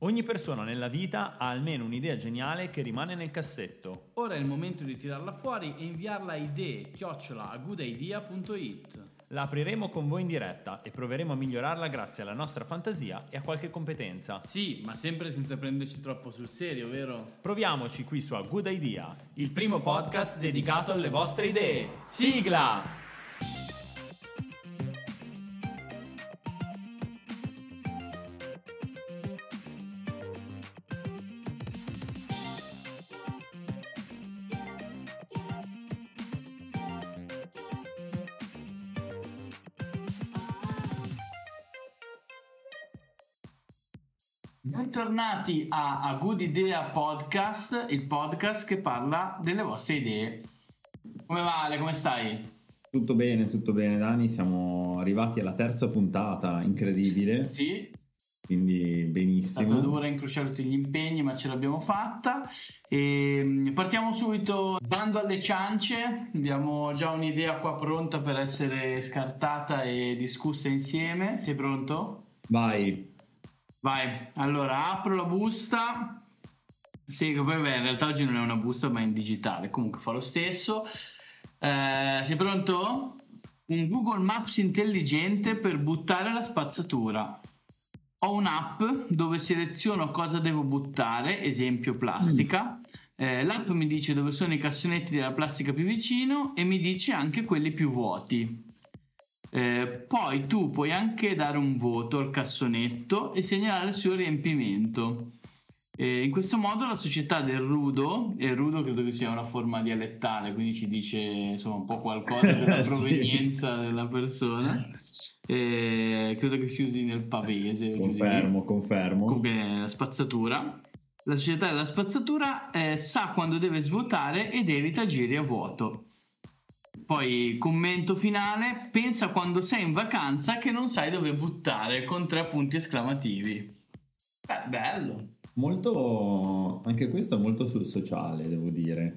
Ogni persona nella vita ha almeno un'idea geniale che rimane nel cassetto. Ora è il momento di tirarla fuori e inviarla a idee@agoodidea.it. La apriremo con voi in diretta e proveremo a migliorarla grazie alla nostra fantasia e a qualche competenza. Sì, ma sempre senza prenderci troppo sul serio, vero? Proviamoci qui su A Good Idea, il primo podcast dedicato alle vostre idee. Sigla! Bentornati a Good Idea Podcast, il podcast che parla delle vostre idee. Come va Ale, come stai? Tutto bene Dani, siamo arrivati alla terza puntata, incredibile. Sì. Quindi benissimo. È stato dura incrociare tutti gli impegni, ma ce l'abbiamo fatta. E partiamo subito bando alle ciance. Abbiamo già un'idea qua pronta per essere scartata e discussa insieme. Sei pronto? Vai, allora apro la busta. Sì, che poi in realtà oggi non è una busta ma è in digitale, comunque fa lo stesso. Sei pronto? Un Google Maps intelligente per buttare la spazzatura. Ho un'app dove seleziono cosa devo buttare, esempio plastica. L'app mi dice dove sono i cassonetti della plastica più vicino e mi dice anche quelli più vuoti. Poi tu puoi anche dare un voto al cassonetto e segnalare il suo riempimento. In questo modo la società del rudo, e il rudo credo che sia una forma dialettale, quindi ci dice insomma un po' qualcosa della provenienza della persona. Credo che si usi nel pavese. Confermo. Comunque la spazzatura. La società della spazzatura sa quando deve svuotare ed evita giri a vuoto. Poi commento finale: pensa quando sei in vacanza che non sai dove buttare, con 3 punti esclamativi. Bello. Molto, anche questo è molto sul sociale, devo dire.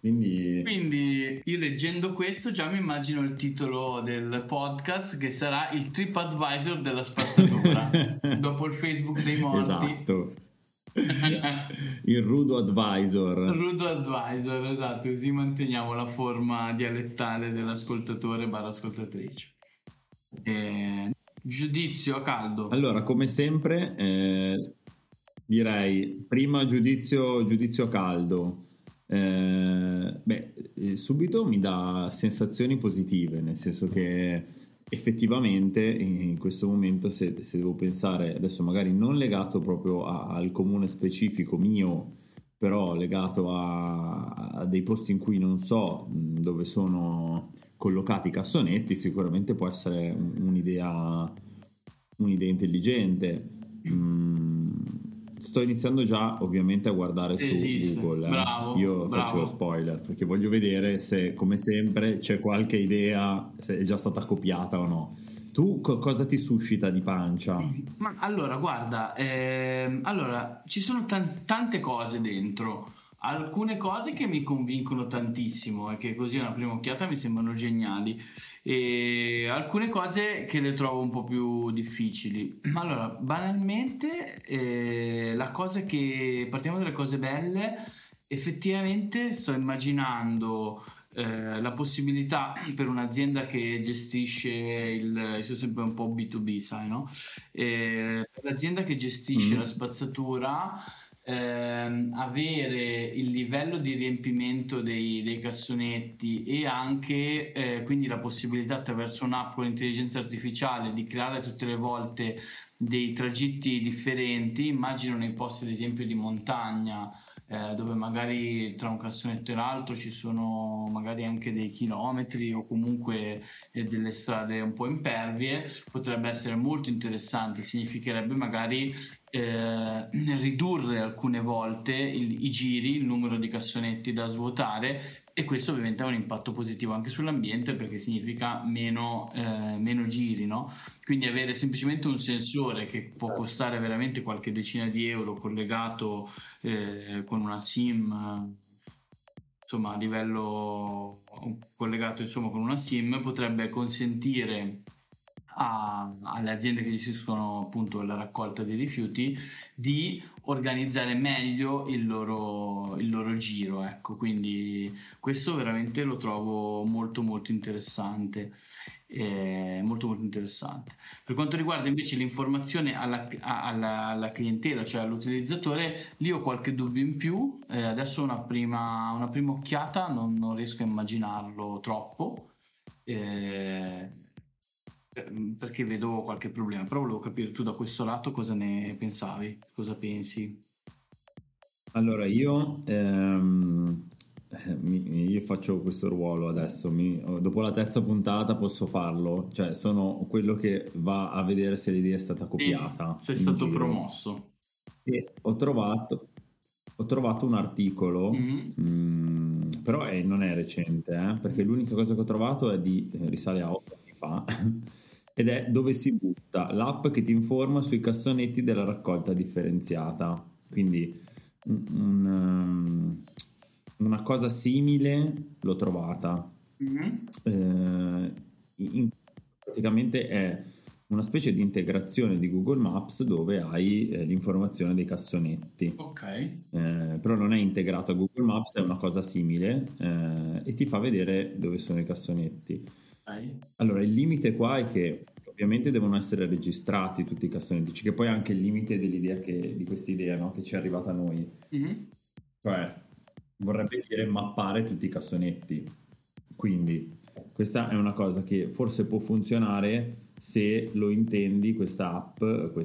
Quindi io leggendo questo già mi immagino il titolo del podcast, che sarà il TripAdvisor della spazzatura. Dopo il Facebook dei morti. Esatto. Il Rudo Advisor, esatto, così manteniamo la forma dialettale dell'ascoltatore / ascoltatrice. Giudizio a caldo. Allora, come sempre, direi prima giudizio a caldo. Subito mi dà sensazioni positive, nel senso che effettivamente in questo momento se devo pensare adesso, magari non legato proprio al comune specifico mio, però legato a dei posti in cui non so dove sono collocati i cassonetti, sicuramente può essere un'idea intelligente. Sto iniziando già ovviamente a guardare su esiste. Google. Bravo. Faccio lo spoiler perché voglio vedere se, come sempre, c'è qualche idea, se è già stata copiata o no. Tu cosa ti suscita di pancia? Ma allora guarda, ci sono tante cose dentro. Alcune cose che mi convincono tantissimo e che così a una prima occhiata mi sembrano geniali, e alcune cose che le trovo un po' più difficili. Allora, banalmente, la cosa che partiamo dalle cose belle. Effettivamente sto immaginando la possibilità per un'azienda che gestisce io sono sempre un po' B2B, sai, no? L'azienda che gestisce la spazzatura, avere il livello di riempimento dei cassonetti e anche quindi la possibilità attraverso un'app con intelligenza artificiale di creare tutte le volte dei tragitti differenti. Immagino nei posti ad esempio di montagna, dove magari tra un cassonetto e l'altro ci sono magari anche dei chilometri o comunque delle strade un po' impervie, potrebbe essere molto interessante. Significherebbe magari ridurre alcune volte i giri, il numero di cassonetti da svuotare, e questo ovviamente ha un impatto positivo anche sull'ambiente perché significa meno giri, no? Quindi avere semplicemente un sensore che può costare veramente qualche decina di euro, collegato con una SIM, insomma a livello collegato insomma con una SIM, potrebbe consentire alle aziende che gestiscono appunto la raccolta dei rifiuti di organizzare meglio il loro giro, ecco. Quindi questo veramente lo trovo molto molto interessante, molto molto interessante. Per quanto riguarda invece l'informazione alla clientela, cioè all'utilizzatore, lì ho qualche dubbio in più. Adesso una prima occhiata, non riesco a immaginarlo troppo, perché vedo qualche problema, però volevo capire tu da questo lato cosa ne pensavi, cosa pensi. Allora, io faccio questo ruolo adesso, dopo la terza puntata posso farlo, cioè sono quello che va a vedere se l'idea è stata copiata. Sei stato promosso. E ho trovato un articolo, però non è recente, perché l'unica cosa che ho trovato risale a 8 anni fa, ed è Dove si butta, l'app che ti informa sui cassonetti della raccolta differenziata. Quindi una cosa simile l'ho trovata. Praticamente è una specie di integrazione di Google Maps dove hai l'informazione dei cassonetti. Però non è integrato a Google Maps, è una cosa simile, e ti fa vedere dove sono i cassonetti. Allora, il limite qua è che ovviamente devono essere registrati tutti i cassonetti, che poi è anche il limite di questa idea, no? Che ci è arrivata a noi. Cioè, vorrebbe dire mappare tutti i cassonetti. Quindi questa è una cosa che forse può funzionare se lo intendi, questa app,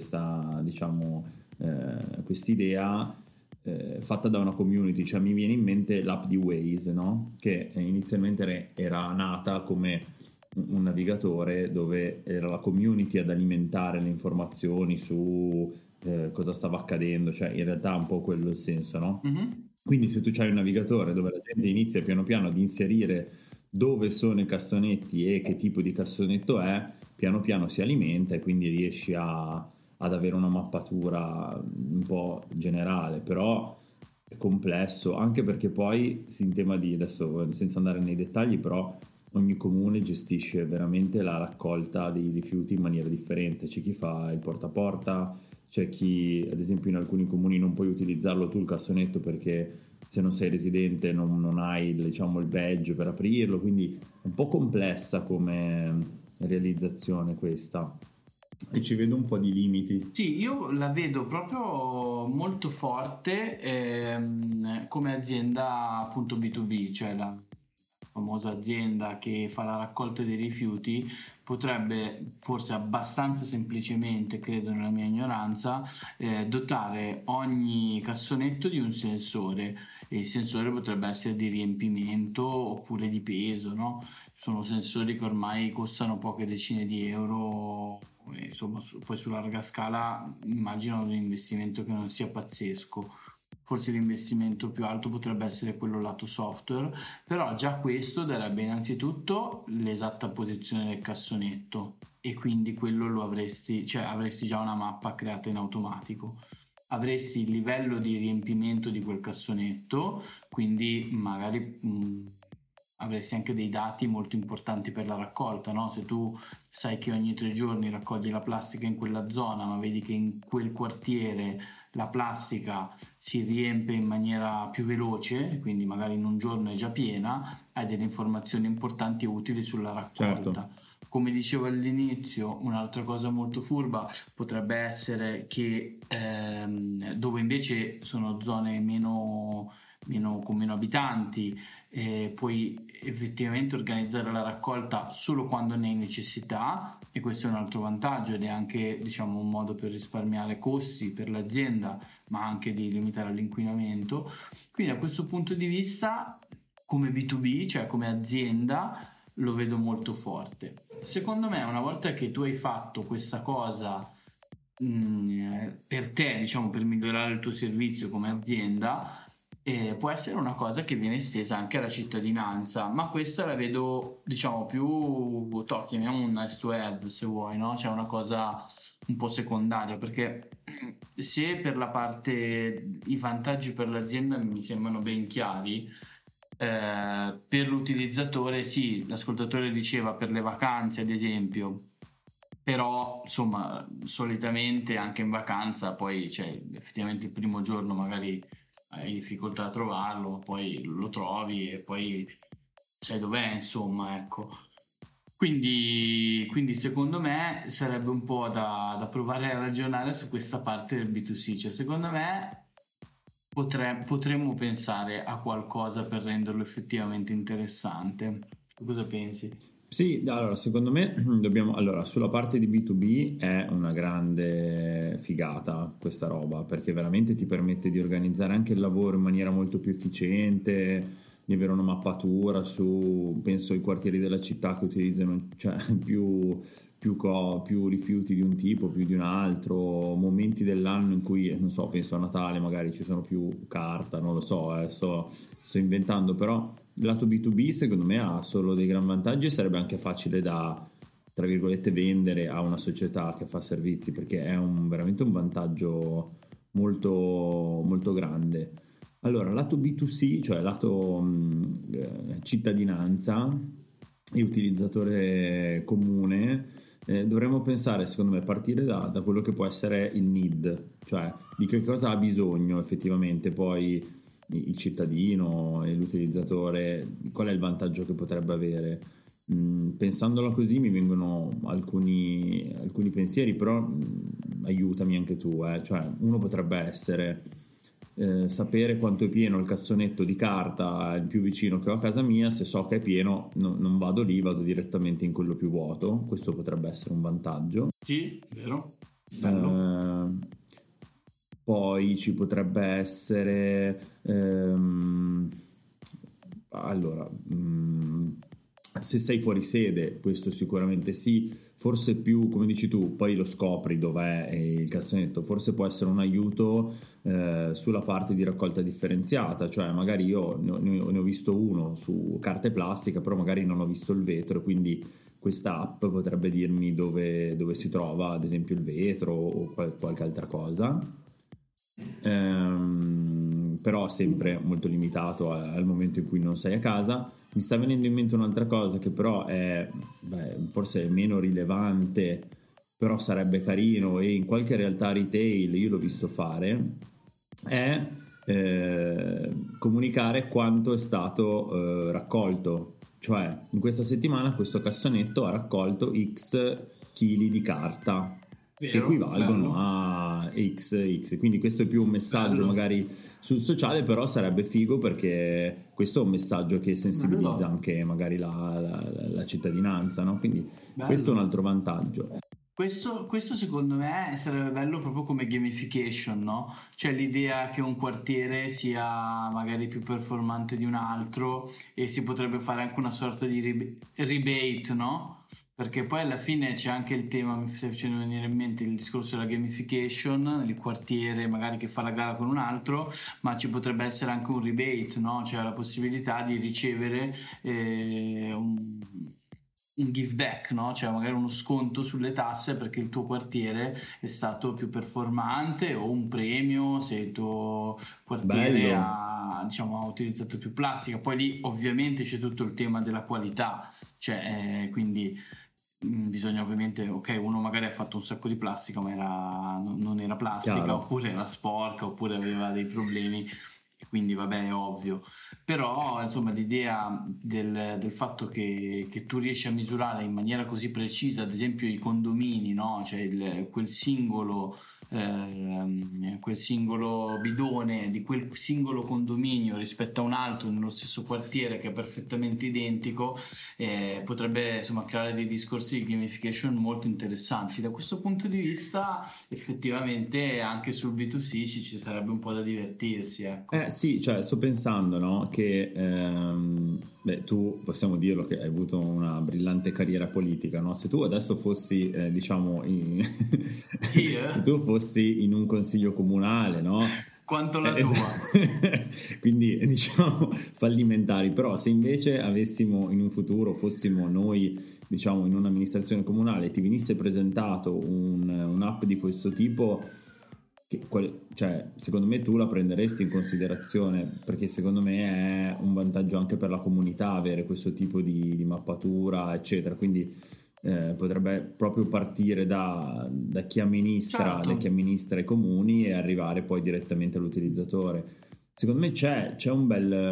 quest'idea fatta da una community. Cioè mi viene in mente l'app di Waze, no? Che inizialmente era nata come un navigatore dove era la community ad alimentare le informazioni su cosa stava accadendo, cioè in realtà un po' quello il senso, no? Quindi se tu hai un navigatore dove la gente inizia piano piano ad inserire dove sono i cassonetti e che tipo di cassonetto è, piano piano si alimenta e quindi riesci ad avere una mappatura un po' generale, però è complesso, anche perché poi in tema di, adesso senza andare nei dettagli, però ogni comune gestisce veramente la raccolta dei rifiuti in maniera differente. C'è chi fa il porta a porta, c'è chi, ad esempio in alcuni comuni non puoi utilizzarlo tu il cassonetto perché se non sei residente non hai, diciamo, il badge per aprirlo, quindi è un po' complessa come realizzazione questa, e ci vedo un po' di limiti. Sì, io la vedo proprio molto forte come azienda appunto B2B, cioè la famosa azienda che fa la raccolta dei rifiuti potrebbe forse abbastanza semplicemente, credo nella mia ignoranza, dotare ogni cassonetto di un sensore, e il sensore potrebbe essere di riempimento oppure di peso, no? Sono sensori che ormai costano poche decine di euro, insomma poi su larga scala immagino un investimento che non sia pazzesco. Forse l'investimento più alto potrebbe essere quello lato software, però già questo darebbe innanzitutto l'esatta posizione del cassonetto e quindi quello lo avresti già una mappa creata in automatico. Avresti il livello di riempimento di quel cassonetto, quindi magari avresti anche dei dati molto importanti per la raccolta, no? Se tu sai che ogni 3 giorni raccogli la plastica in quella zona, ma vedi che in quel quartiere la plastica si riempie in maniera più veloce, quindi magari in un giorno è già piena, hai delle informazioni importanti e utili sulla raccolta. Certo. Come dicevo all'inizio, un'altra cosa molto furba potrebbe essere che dove invece sono zone con meno abitanti, puoi effettivamente organizzare la raccolta solo quando ne hai necessità, e questo è un altro vantaggio ed è anche, diciamo, un modo per risparmiare costi per l'azienda, ma anche di limitare l'inquinamento. Quindi da questo punto di vista, come B2B, cioè come azienda, lo vedo molto forte. Secondo me, una volta che tu hai fatto questa cosa per te, diciamo, per migliorare il tuo servizio come azienda, può essere una cosa che viene estesa anche alla cittadinanza, ma questa la vedo, diciamo, più chiamiamo un nice to have, se vuoi, no? Cioè una cosa un po' secondaria, perché se per la parte i vantaggi per l'azienda mi sembrano ben chiari, per l'utilizzatore sì, l'ascoltatore diceva per le vacanze ad esempio Però insomma solitamente anche in vacanza poi effettivamente il primo giorno magari hai difficoltà a trovarlo, poi lo trovi e poi sai dov'è, insomma, ecco. Quindi secondo me sarebbe un po' da provare a ragionare su questa parte del B2C, cioè secondo me potremmo pensare a qualcosa per renderlo effettivamente interessante. Tu cosa pensi? Sì, allora secondo me dobbiamo, allora sulla parte di B2B è una grande figata questa roba, perché veramente ti permette di organizzare anche il lavoro in maniera molto più efficiente, di avere una mappatura su, penso, i quartieri della città che utilizzano, cioè, più rifiuti di un tipo, più di un altro, momenti dell'anno in cui, non so, penso a Natale magari ci sono più carta, non lo so, sto inventando, però il lato B2B secondo me ha solo dei gran vantaggi e sarebbe anche facile da, tra virgolette, vendere a una società che fa servizi, perché è veramente un vantaggio molto, molto grande. Allora, lato B2C, cioè lato cittadinanza e utilizzatore comune, dovremmo pensare, secondo me, partire da quello che può essere il need, cioè di che cosa ha bisogno effettivamente poi il cittadino e l'utilizzatore, qual è il vantaggio che potrebbe avere. Pensandola così mi vengono alcuni pensieri, però aiutami anche tu, cioè uno potrebbe essere sapere quanto è pieno il cassonetto di carta, il più vicino che ho a casa mia. Se so che è pieno non vado lì, vado direttamente in quello più vuoto. Questo potrebbe essere un vantaggio. Sì, vero? Bello. Poi ci potrebbe essere allora se sei fuori sede, questo sicuramente sì, forse più, come dici tu, poi lo scopri dov'è il cassonetto, forse può essere un aiuto sulla parte di raccolta differenziata, cioè magari io ne ho visto uno su carta e plastica, però magari non ho visto il vetro, quindi questa app potrebbe dirmi dove si trova ad esempio il vetro o qualche altra cosa. Però sempre molto limitato al momento in cui non sei a casa. Mi sta venendo in mente un'altra cosa che però è forse è meno rilevante, però sarebbe carino e in qualche realtà retail io l'ho visto fare, è comunicare quanto è stato raccolto, cioè in questa settimana questo cassonetto ha raccolto X chili di carta, che equivalgono a XX, quindi questo è più un messaggio magari sul sociale, però sarebbe figo perché questo è un messaggio che sensibilizza anche magari la cittadinanza, no? Quindi questo è un altro vantaggio. Questo secondo me sarebbe bello proprio come gamification, no? Cioè l'idea che un quartiere sia magari più performante di un altro e si potrebbe fare anche una sorta di rebate, no? Perché poi alla fine c'è anche il tema, mi stai facendo venire in mente il discorso della gamification, il quartiere magari che fa la gara con un altro, ma ci potrebbe essere anche un rebate, no? Cioè la possibilità di ricevere un give back, no? Cioè magari uno sconto sulle tasse perché il tuo quartiere è stato più performante, o un premio se il tuo quartiere ha utilizzato più plastica. Poi lì ovviamente c'è tutto il tema della qualità, cioè quindi bisogna ovviamente, ok, uno magari ha fatto un sacco di plastica ma non era plastica. Chiaro. Oppure era sporca, oppure aveva dei problemi, e quindi vabbè, è ovvio. Però insomma l'idea del fatto che tu riesci a misurare in maniera così precisa ad esempio i condomini, no? Cioè quel singolo bidone di quel singolo condominio rispetto a un altro nello stesso quartiere che è perfettamente identico, potrebbe insomma creare dei discorsi di gamification molto interessanti. Da questo punto di vista effettivamente anche sul B2C ci sarebbe un po' da divertirsi, ecco. Sì, cioè sto pensando, no, che tu possiamo dirlo che hai avuto una brillante carriera politica, no? Se tu adesso fossi se tu fossi in un consiglio comunale, no? Quanto la tua. Quindi diciamo fallimentari, però se invece avessimo in un futuro, fossimo noi diciamo in un'amministrazione comunale e ti venisse presentato un'app di questo tipo, cioè secondo me tu la prenderesti in considerazione, perché secondo me è un vantaggio anche per la comunità avere questo tipo di mappatura eccetera, quindi potrebbe proprio partire da chi amministra, Certo. da chi amministra i comuni e arrivare poi direttamente all'utilizzatore. Secondo me c'è un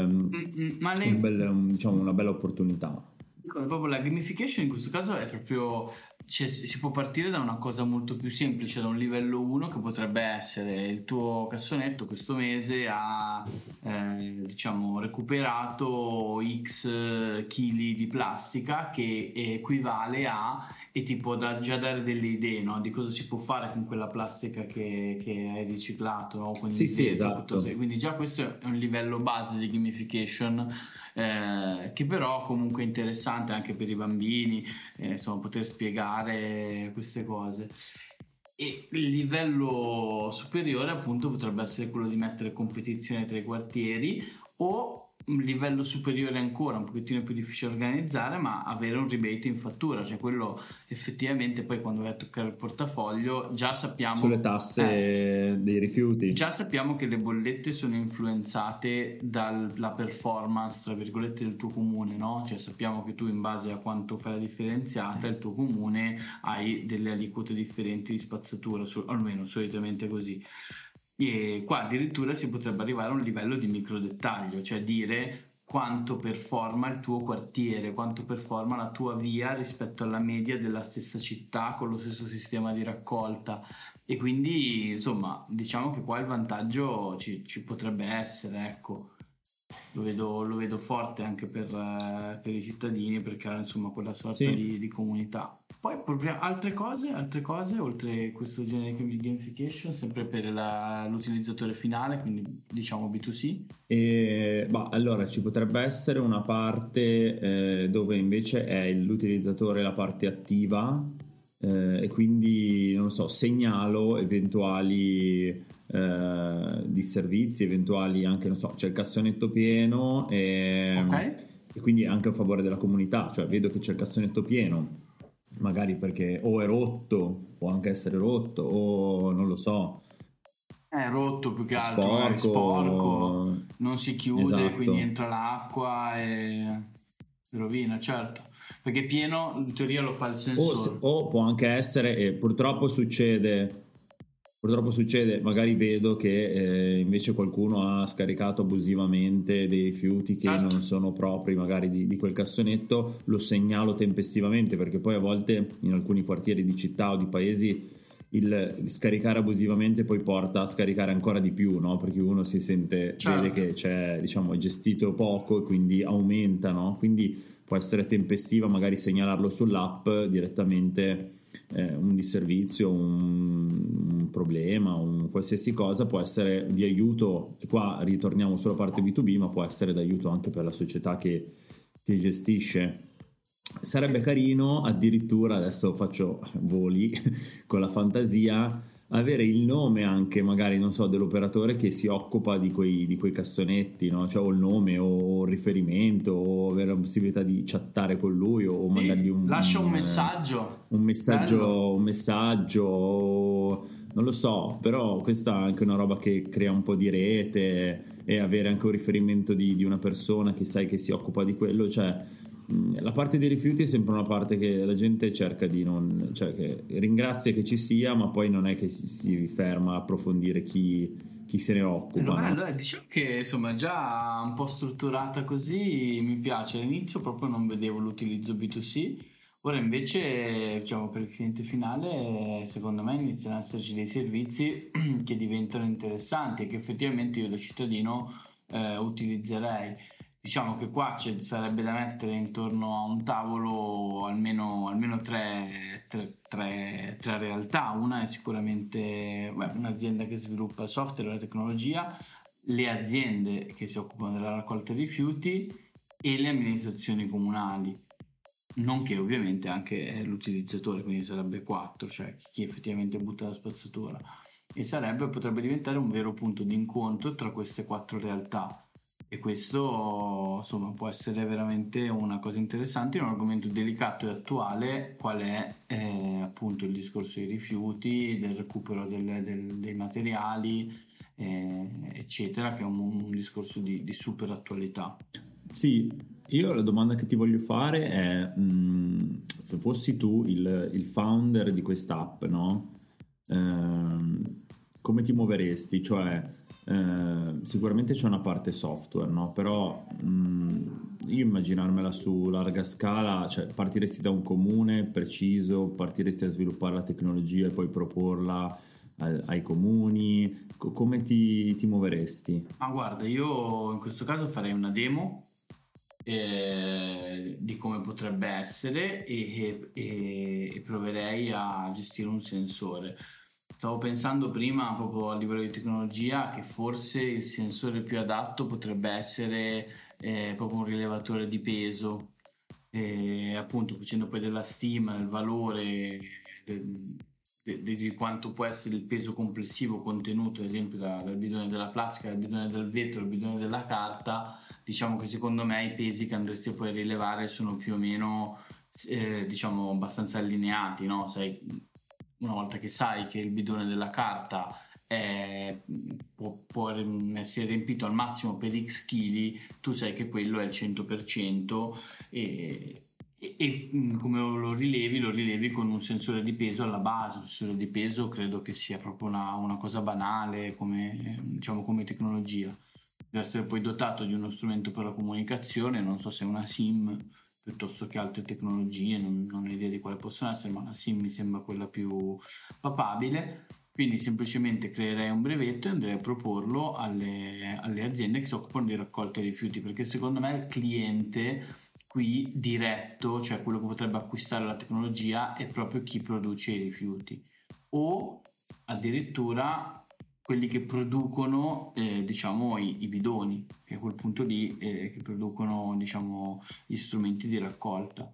Ma diciamo, una bella opportunità. proprio la gamification in questo caso è proprio, cioè, si può partire da una cosa molto più semplice, da un livello 1 che potrebbe essere: il tuo cassonetto questo mese ha diciamo recuperato X chili di plastica, che equivale a, e ti può già dare delle idee, no? Di cosa si può fare con quella plastica che hai riciclato, no? Con Sì, il sì, vetro, esatto. quindi già questo è un livello base di gamification, che però comunque è interessante anche per i bambini, insomma, poter spiegare queste cose. E il livello superiore appunto potrebbe essere quello di mettere competizione tra i quartieri, o un livello superiore ancora, un pochettino più difficile da organizzare, ma avere un rebate in fattura, cioè quello effettivamente poi quando vai a toccare il portafoglio già Sulle sappiamo. tasse dei rifiuti. Già sappiamo che le bollette sono influenzate dalla performance, tra virgolette, del tuo comune, no? Cioè sappiamo che tu, in base a quanto fai la differenziata, il tuo comune hai delle aliquote differenti di spazzatura, almeno solitamente così. E qua addirittura si potrebbe arrivare a un livello di micro dettaglio, cioè dire quanto performa il tuo quartiere, quanto performa la tua via rispetto alla media della stessa città con lo stesso sistema di raccolta. E quindi insomma diciamo che qua il vantaggio ci potrebbe essere, ecco. Lo vedo forte anche per i cittadini, per creare insomma quella sorta Sì. di comunità. Poi altre cose oltre questo genere di gamification, sempre per l'utilizzatore finale, quindi diciamo B2C. Allora ci potrebbe essere una parte dove invece è l'utilizzatore la parte attiva, e quindi non lo so, segnalo eventuali disservizi, eventuali anche, non so, c'è il cassonetto pieno Ok? e quindi anche a favore della comunità, cioè vedo che c'è il cassonetto pieno, magari perché o è rotto, può anche essere rotto, o non lo so, È rotto più che è altro, magari sporco, sporco. non si chiude, quindi Esatto. entra l'acqua e rovina, certo. Perché pieno in teoria lo fa il sensore. O può anche essere, e purtroppo succede, magari vedo che invece qualcuno ha scaricato abusivamente dei rifiuti che Certo. non sono propri magari di quel cassonetto, lo segnalo tempestivamente, perché poi a volte in alcuni quartieri di città o di paesi il scaricare abusivamente poi porta a scaricare ancora di più, no? Perché uno si sente, vede Certo. che c'è, diciamo, è gestito poco e quindi aumenta, no? Quindi può essere tempestiva magari segnalarlo sull'app direttamente, un disservizio, un problema, un qualsiasi cosa può essere di aiuto, e qua ritorniamo sulla parte B2B, ma può essere d'aiuto anche per la società che gestisce. Sarebbe carino addirittura, adesso faccio voli con la fantasia, avere il nome anche magari, non so, dell'operatore che si occupa di quei cassonetti, no? Cioè o il nome o il riferimento, o avere la possibilità di chattare con lui o mandargli Sì, lascia un messaggio. un Bello. messaggio, non lo so, però questa è anche una roba che crea un po' di rete, e avere anche un riferimento di una persona che sai che si occupa di quello, cioè la parte dei rifiuti è sempre una parte che la gente cerca di non, cioè che ringrazia che ci sia, ma poi non è che si ferma a approfondire chi se ne occupa, no? Allora, diciamo che insomma già un po' strutturata così mi piace. All'inizio proprio non vedevo l'utilizzo B2C, ora invece diciamo per il cliente finale secondo me iniziano ad esserci dei servizi che diventano interessanti e che effettivamente io da cittadino utilizzerei. Diciamo che qua sarebbe da mettere intorno a un tavolo almeno tre realtà. Una è sicuramente un'azienda che sviluppa software e tecnologia, le aziende che si occupano della raccolta rifiuti e le amministrazioni comunali, nonché ovviamente anche l'utilizzatore, quindi sarebbe 4, cioè chi effettivamente butta la spazzatura. E potrebbe diventare un vero punto di incontro tra queste 4 realtà. E questo insomma può essere veramente una cosa interessante in un argomento delicato e attuale qual è appunto il discorso dei rifiuti, del recupero dei materiali, eccetera, che è un discorso di super attualità. Sì, io la domanda che ti voglio fare è, se fossi tu il founder di quest'app, no? Come ti muoveresti? Cioè, sicuramente c'è una parte software, no? Però io immaginarmela su larga scala, cioè partiresti da un comune preciso, partiresti a sviluppare la tecnologia e poi proporla ai comuni. Come ti muoveresti? Ma guarda, io in questo caso farei una demo di come potrebbe essere e proverei a gestire un sensore. Stavo pensando prima, proprio a livello di tecnologia, che forse il sensore più adatto potrebbe essere proprio un rilevatore di peso, appunto facendo poi della stima, del valore di quanto può essere il peso complessivo contenuto, ad esempio dal bidone della plastica, dal bidone del vetro, dal bidone della carta. Diciamo che secondo me i pesi che andresti poi a rilevare sono più o meno diciamo abbastanza allineati, no? Una volta che sai che il bidone della carta può essere riempito al massimo per X chili, tu sai che quello è il 100% e come lo rilevi con un sensore di peso alla base. Un sensore di peso credo che sia proprio una cosa banale diciamo come tecnologia. Deve essere poi dotato di uno strumento per la comunicazione, non so se una SIM piuttosto che altre tecnologie, non ho idea di quale possono essere, ma la SIM mi sembra quella più papabile. Quindi semplicemente creerei un brevetto e andrei a proporlo alle aziende che si occupano di raccolta rifiuti, perché secondo me il cliente qui diretto, cioè quello che potrebbe acquistare la tecnologia, è proprio chi produce i rifiuti o addirittura quelli che producono diciamo i bidoni, che a quel punto lì che producono diciamo gli strumenti di raccolta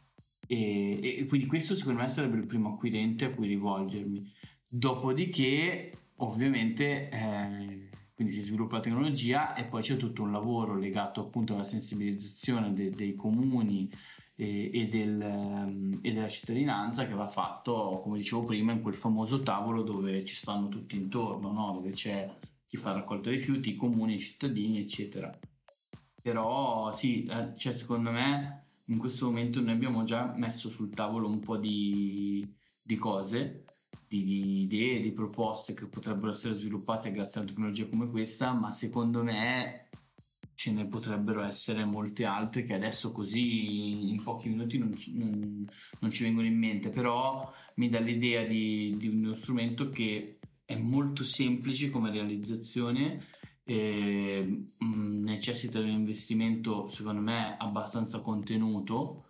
e quindi questo secondo me sarebbe il primo acquirente a cui rivolgermi. Dopodiché ovviamente quindi si sviluppa la tecnologia e poi c'è tutto un lavoro legato appunto alla sensibilizzazione dei comuni e della cittadinanza, che va fatto, come dicevo prima, in quel famoso tavolo dove ci stanno tutti intorno, no? Dove c'è chi fa raccolta rifiuti, i comuni, i cittadini, eccetera. Però sì, cioè, secondo me in questo momento noi abbiamo già messo sul tavolo un po' di cose, di idee, di proposte che potrebbero essere sviluppate grazie a una tecnologia come questa, ma secondo me ce ne potrebbero essere molte altre che adesso così in pochi minuti non ci vengono in mente, però mi dà l'idea di uno strumento che è molto semplice come realizzazione, necessita di un investimento secondo me abbastanza contenuto,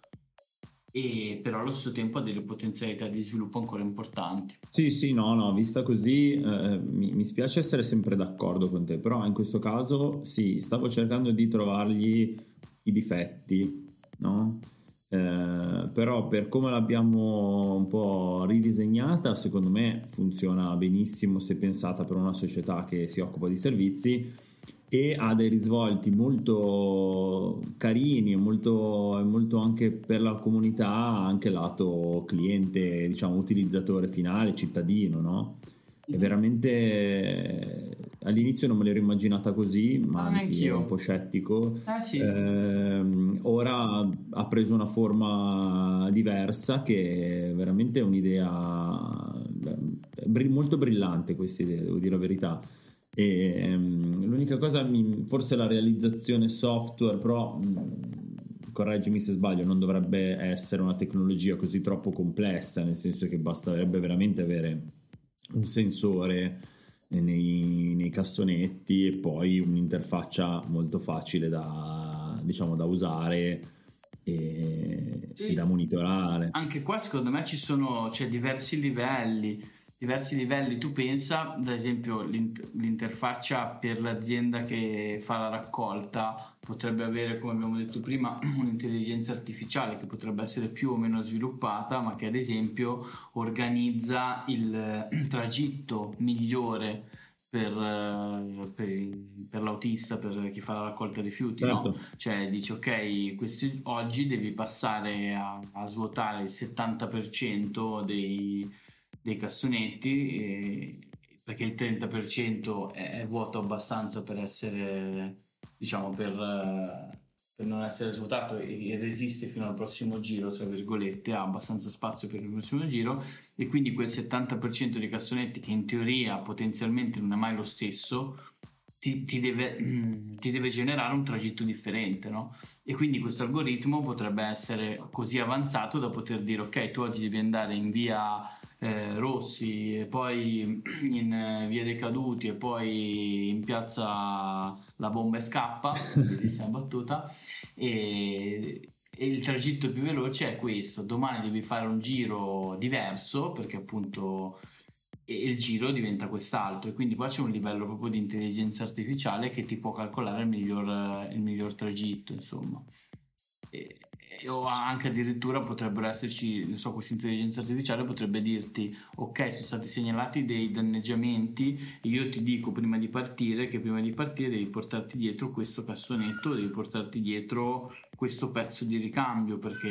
e però allo stesso tempo ha delle potenzialità di sviluppo ancora importanti. Sì, no, vista così mi spiace essere sempre d'accordo con te, però in questo caso sì, stavo cercando di trovargli i difetti, no? Però per come l'abbiamo un po' ridisegnata, secondo me funziona benissimo se pensata per una società che si occupa di servizi e ha dei risvolti molto carini e molto anche per la comunità, anche lato cliente, diciamo utilizzatore finale, cittadino, no? È veramente all'inizio non me l'ero immaginata così, ma anzi ero un po' scettico. Sì. Ora ha preso una forma diversa che è veramente un'idea molto brillante, questa idea, devo dire la verità. E l'unica cosa forse la realizzazione software, però correggimi se sbaglio, non dovrebbe essere una tecnologia così troppo complessa, nel senso che basterebbe veramente avere un sensore nei cassonetti e poi un'interfaccia molto facile da usare e da monitorare. Anche qua secondo me c'è diversi livelli. Tu pensa ad esempio l'interfaccia per l'azienda che fa la raccolta potrebbe avere, come abbiamo detto prima, un'intelligenza artificiale che potrebbe essere più o meno sviluppata, ma che ad esempio organizza il tragitto migliore per l'autista, per chi fa la raccolta rifiuti, certo. No? Cioè dice ok, oggi devi passare a svuotare il 70% dei cassonetti, perché il 30% è vuoto abbastanza per essere, diciamo, per non essere svuotato e resiste fino al prossimo giro, tra virgolette, ha abbastanza spazio per il prossimo giro, e quindi quel 70% di cassonetti che in teoria potenzialmente non è mai lo stesso ti deve generare un tragitto differente, no? E quindi questo algoritmo potrebbe essere così avanzato da poter dire ok, tu oggi devi andare in via Rossi e poi in via dei Caduti e poi in piazza La Bomba e Scappa, bellissima battuta, e il tragitto più veloce è questo. Domani devi fare un giro diverso perché appunto il giro diventa quest'altro, e quindi qua c'è un livello proprio di intelligenza artificiale che ti può calcolare il miglior tragitto, insomma. O anche addirittura potrebbero esserci, non so, questa intelligenza artificiale potrebbe dirti ok, sono stati segnalati dei danneggiamenti, io ti dico prima di partire devi portarti dietro questo cassonetto, devi portarti dietro questo pezzo di ricambio perché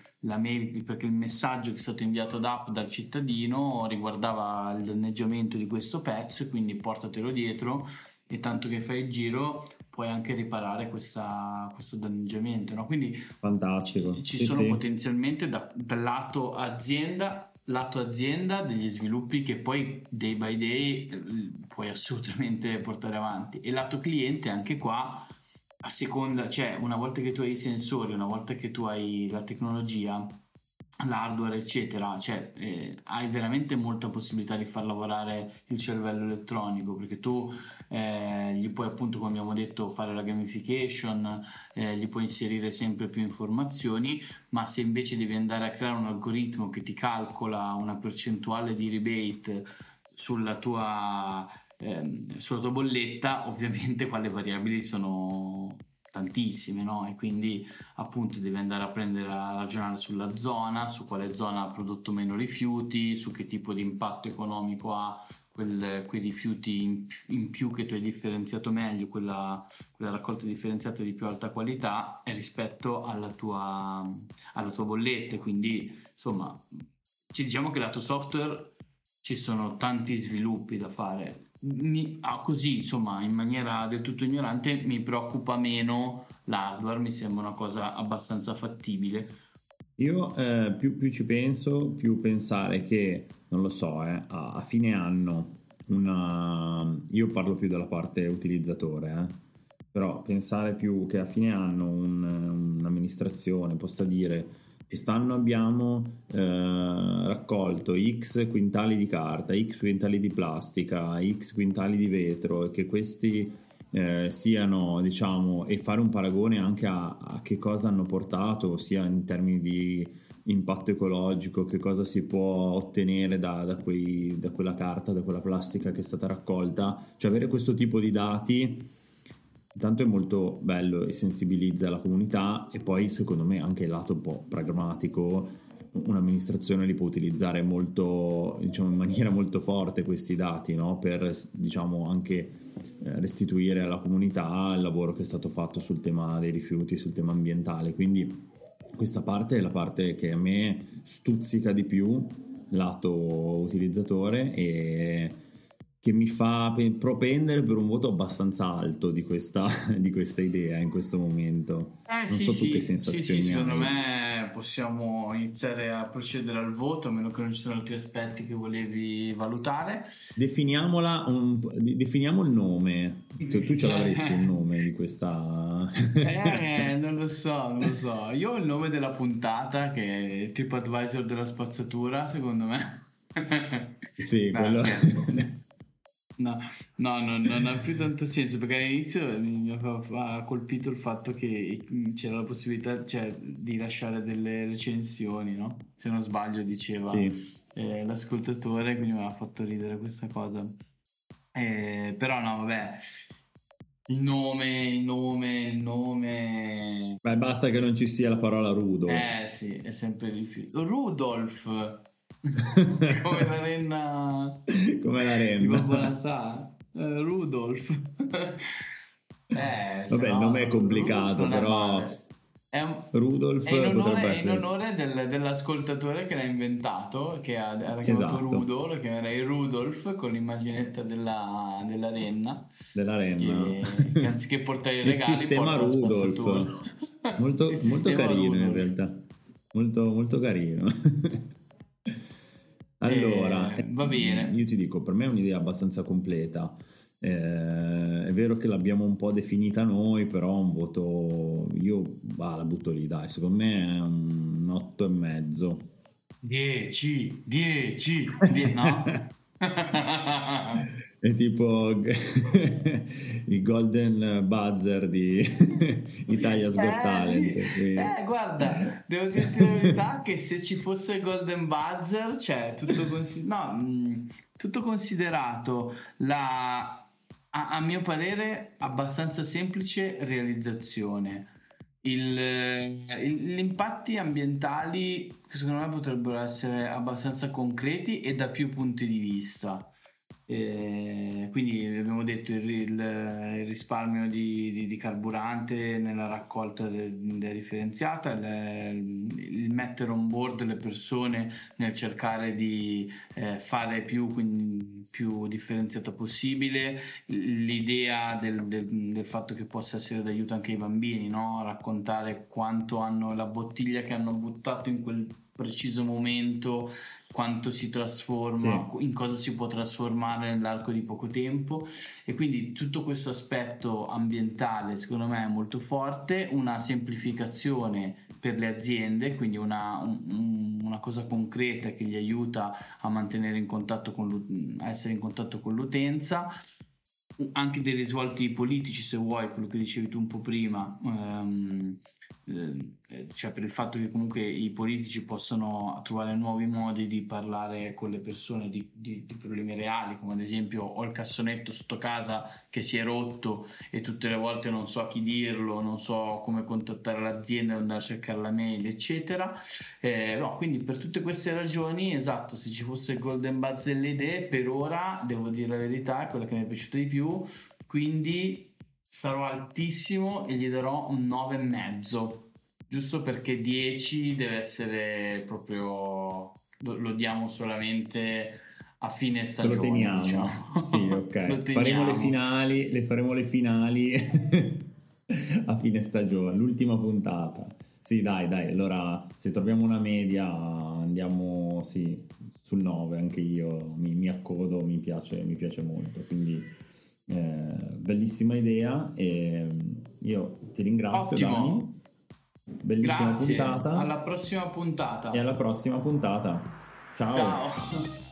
il messaggio che è stato inviato dal cittadino riguardava il danneggiamento di questo pezzo, e quindi portatelo dietro, e tanto che fai il giro puoi anche riparare questo danneggiamento, no? Quindi fantastico. Ci sono potenzialmente dal lato azienda degli sviluppi che poi day by day puoi assolutamente portare avanti, e lato cliente anche qua, a seconda, cioè una volta che tu hai i sensori, una volta che tu hai la tecnologia, l'hardware eccetera, cioè hai veramente molta possibilità di far lavorare il cervello elettronico, perché tu gli puoi, appunto, come abbiamo detto, fare la gamification, gli puoi inserire sempre più informazioni, ma se invece devi andare a creare un algoritmo che ti calcola una percentuale di rebate sulla tua bolletta, ovviamente qua le variabili sono tantissime, no? E quindi appunto devi andare a ragionare sulla zona, su quale zona ha prodotto meno rifiuti, su che tipo di impatto economico ha quei rifiuti in più che tu hai differenziato meglio, quella raccolta differenziata di più alta qualità rispetto alla tua bolletta. Quindi insomma diciamo che lato software ci sono tanti sviluppi da fare. Così insomma, in maniera del tutto ignorante, mi preoccupa meno l'hardware, mi sembra una cosa abbastanza fattibile. Io più ci penso, più pensare che, non lo so, a fine anno io parlo più dalla parte utilizzatore, però pensare più che a fine anno un'amministrazione possa dire: quest'anno abbiamo raccolto X quintali di carta, X quintali di plastica, X quintali di vetro, e che questi siano, diciamo, e fare un paragone anche a che cosa hanno portato, sia in termini di impatto ecologico, che cosa si può ottenere da quella carta, da quella plastica che è stata raccolta. Cioè avere questo tipo di dati intanto è molto bello e sensibilizza la comunità, e poi secondo me anche il lato un po' pragmatico, un'amministrazione li può utilizzare molto, diciamo, in maniera molto forte questi dati, no? Per, diciamo, anche restituire alla comunità il lavoro che è stato fatto sul tema dei rifiuti, sul tema ambientale. Quindi questa parte è la parte che a me stuzzica di più, lato utilizzatore, e che mi fa propendere per un voto abbastanza alto di questa idea in questo momento. Non so tu che sensazioni hai. Secondo me possiamo iniziare a procedere al voto, a meno che non ci siano altri aspetti che volevi valutare. Definiamo il nome. Tu ce l'avresti il nome di questa? Non lo so. Io ho il nome della puntata, che è il TripAdvisor della spazzatura, secondo me. Sì, quello. No, non ha più tanto senso, perché all'inizio mi ha colpito il fatto che c'era la possibilità, cioè, di lasciare delle recensioni, no? Se non sbaglio diceva l'ascoltatore, quindi mi ha fatto ridere questa cosa. Però no, vabbè, il nome. Beh, basta che non ci sia la parola Rudo. Sì, è sempre difficile. Rudolf. Come la renna di Babbo Natale, Rudolf. Vabbè, il nome è complicato, però Rudolf potrebbe essere in onore dell'ascoltatore che l'ha inventato, che era chiamato Rudolf, che era il Rudolf con l'immaginetta della renna, che anziché portare i regali il sistema porta Rudolf. molto, Il molto sistema carino in Rudolph. realtà, molto, molto carino. Allora, Va bene. io ti dico, per me è un'idea abbastanza completa. È vero che l'abbiamo un po' definita noi, però un voto, io la butto lì, dai, secondo me è un 8,5. 10, no? È tipo il golden buzzer di Italia's Got Talent. Guarda, devo dirti la verità che se ci fosse il golden buzzer, cioè tutto considerato a mio parere abbastanza semplice realizzazione. Gli impatti ambientali secondo me potrebbero essere abbastanza concreti e da più punti di vista. Quindi abbiamo detto il risparmio di carburante nella raccolta della differenziata, il mettere on board le persone nel cercare di fare più differenziata possibile, l'idea del fatto che possa essere d'aiuto anche ai bambini, no? Raccontare quanto hanno la bottiglia che hanno buttato in quel preciso momento, quanto si trasforma, in cosa si può trasformare nell'arco di poco tempo, e quindi tutto questo aspetto ambientale secondo me è molto forte, una semplificazione per le aziende, quindi una cosa concreta che gli aiuta a mantenere in contatto a essere in contatto con l'utenza, anche dei risvolti politici, se vuoi, quello che dicevi tu un po' prima, cioè per il fatto che comunque i politici possono trovare nuovi modi di parlare con le persone di problemi reali, come ad esempio ho il cassonetto sotto casa che si è rotto e tutte le volte non so a chi dirlo, non so come contattare l'azienda, andare a cercare la mail, eccetera. No, quindi per tutte queste ragioni, esatto, se ci fosse il golden buzz delle idee, per ora devo dire la verità, è quella che mi è piaciuta di più, quindi sarò altissimo e gli darò un 9,5, giusto perché 10 deve essere proprio, lo diamo solamente a fine Ce lo stagione, teniamo. diciamo. Sì, ok. Lo teniamo. Faremo le finali a fine stagione, l'ultima puntata. Sì, dai, allora se troviamo una media andiamo sul 9, anche io mi accodo, mi piace molto, quindi bellissima idea e io ti ringrazio. Ottimo. Dani. Bellissima Grazie. puntata. Alla prossima puntata. E alla prossima puntata. Ciao. Ciao.